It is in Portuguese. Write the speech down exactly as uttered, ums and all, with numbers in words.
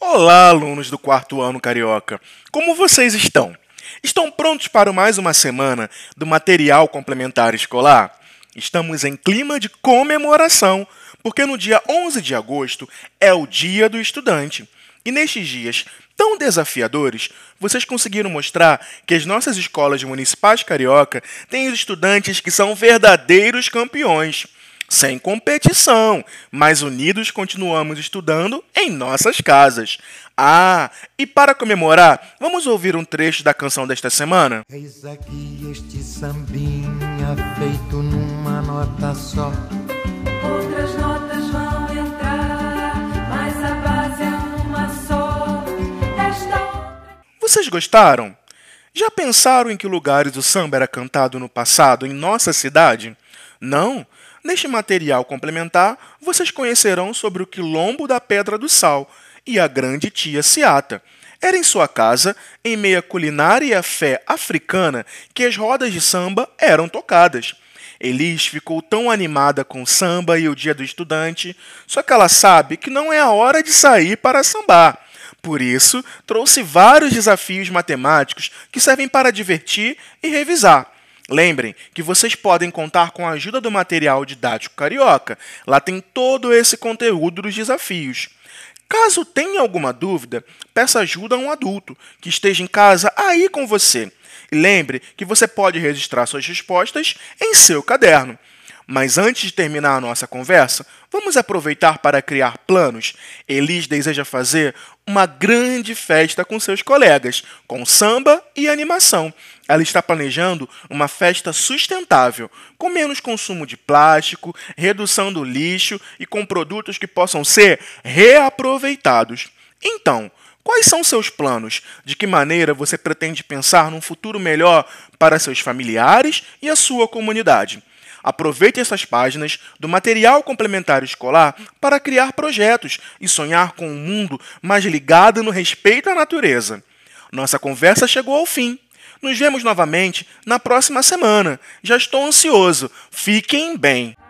Olá, alunos do quarto ano carioca! Como vocês estão? Estão prontos para mais uma semana do material complementar escolar? Estamos em clima de comemoração, porque no dia onze de agosto é o Dia do Estudante. E nestes dias tão desafiadores, vocês conseguiram mostrar que as nossas escolas municipais carioca têm os estudantes que são verdadeiros campeões. Sem competição, mas unidos continuamos estudando em nossas casas. Ah, e para comemorar, vamos ouvir um trecho da canção desta semana? Eis aqui este sambinha feito numa nota só. Outras notas vão entrar, mas a base é uma só. Esta outra... Vocês gostaram? Já pensaram em que lugares o samba era cantado no passado em nossa cidade? Não? Neste material complementar, vocês conhecerão sobre o Quilombo da Pedra do Sal e a Grande Tia Seata. Era em sua casa, em meio à culinária e à fé africana, que as rodas de samba eram tocadas. Elis ficou tão animada com o samba e o Dia do Estudante, só que ela sabe que não é a hora de sair para sambar. Por isso, trouxe vários desafios matemáticos que servem para divertir e revisar. Lembrem que vocês podem contar com a ajuda do material didático carioca. Lá tem todo esse conteúdo dos desafios. Caso tenha alguma dúvida, peça ajuda a um adulto que esteja em casa aí com você. E lembre que você pode registrar suas respostas em seu caderno. Mas antes de terminar a nossa conversa, vamos aproveitar para criar planos. Elis deseja fazer uma grande festa com seus colegas, com samba e animação. Ela está planejando uma festa sustentável, com menos consumo de plástico, redução do lixo e com produtos que possam ser reaproveitados. Então, quais são seus planos? De que maneira você pretende pensar num futuro melhor para seus familiares e a sua comunidade? Aproveite essas páginas do material complementar escolar para criar projetos e sonhar com um mundo mais ligado no respeito à natureza. Nossa conversa chegou ao fim. Nos vemos novamente na próxima semana. Já estou ansioso. Fiquem bem!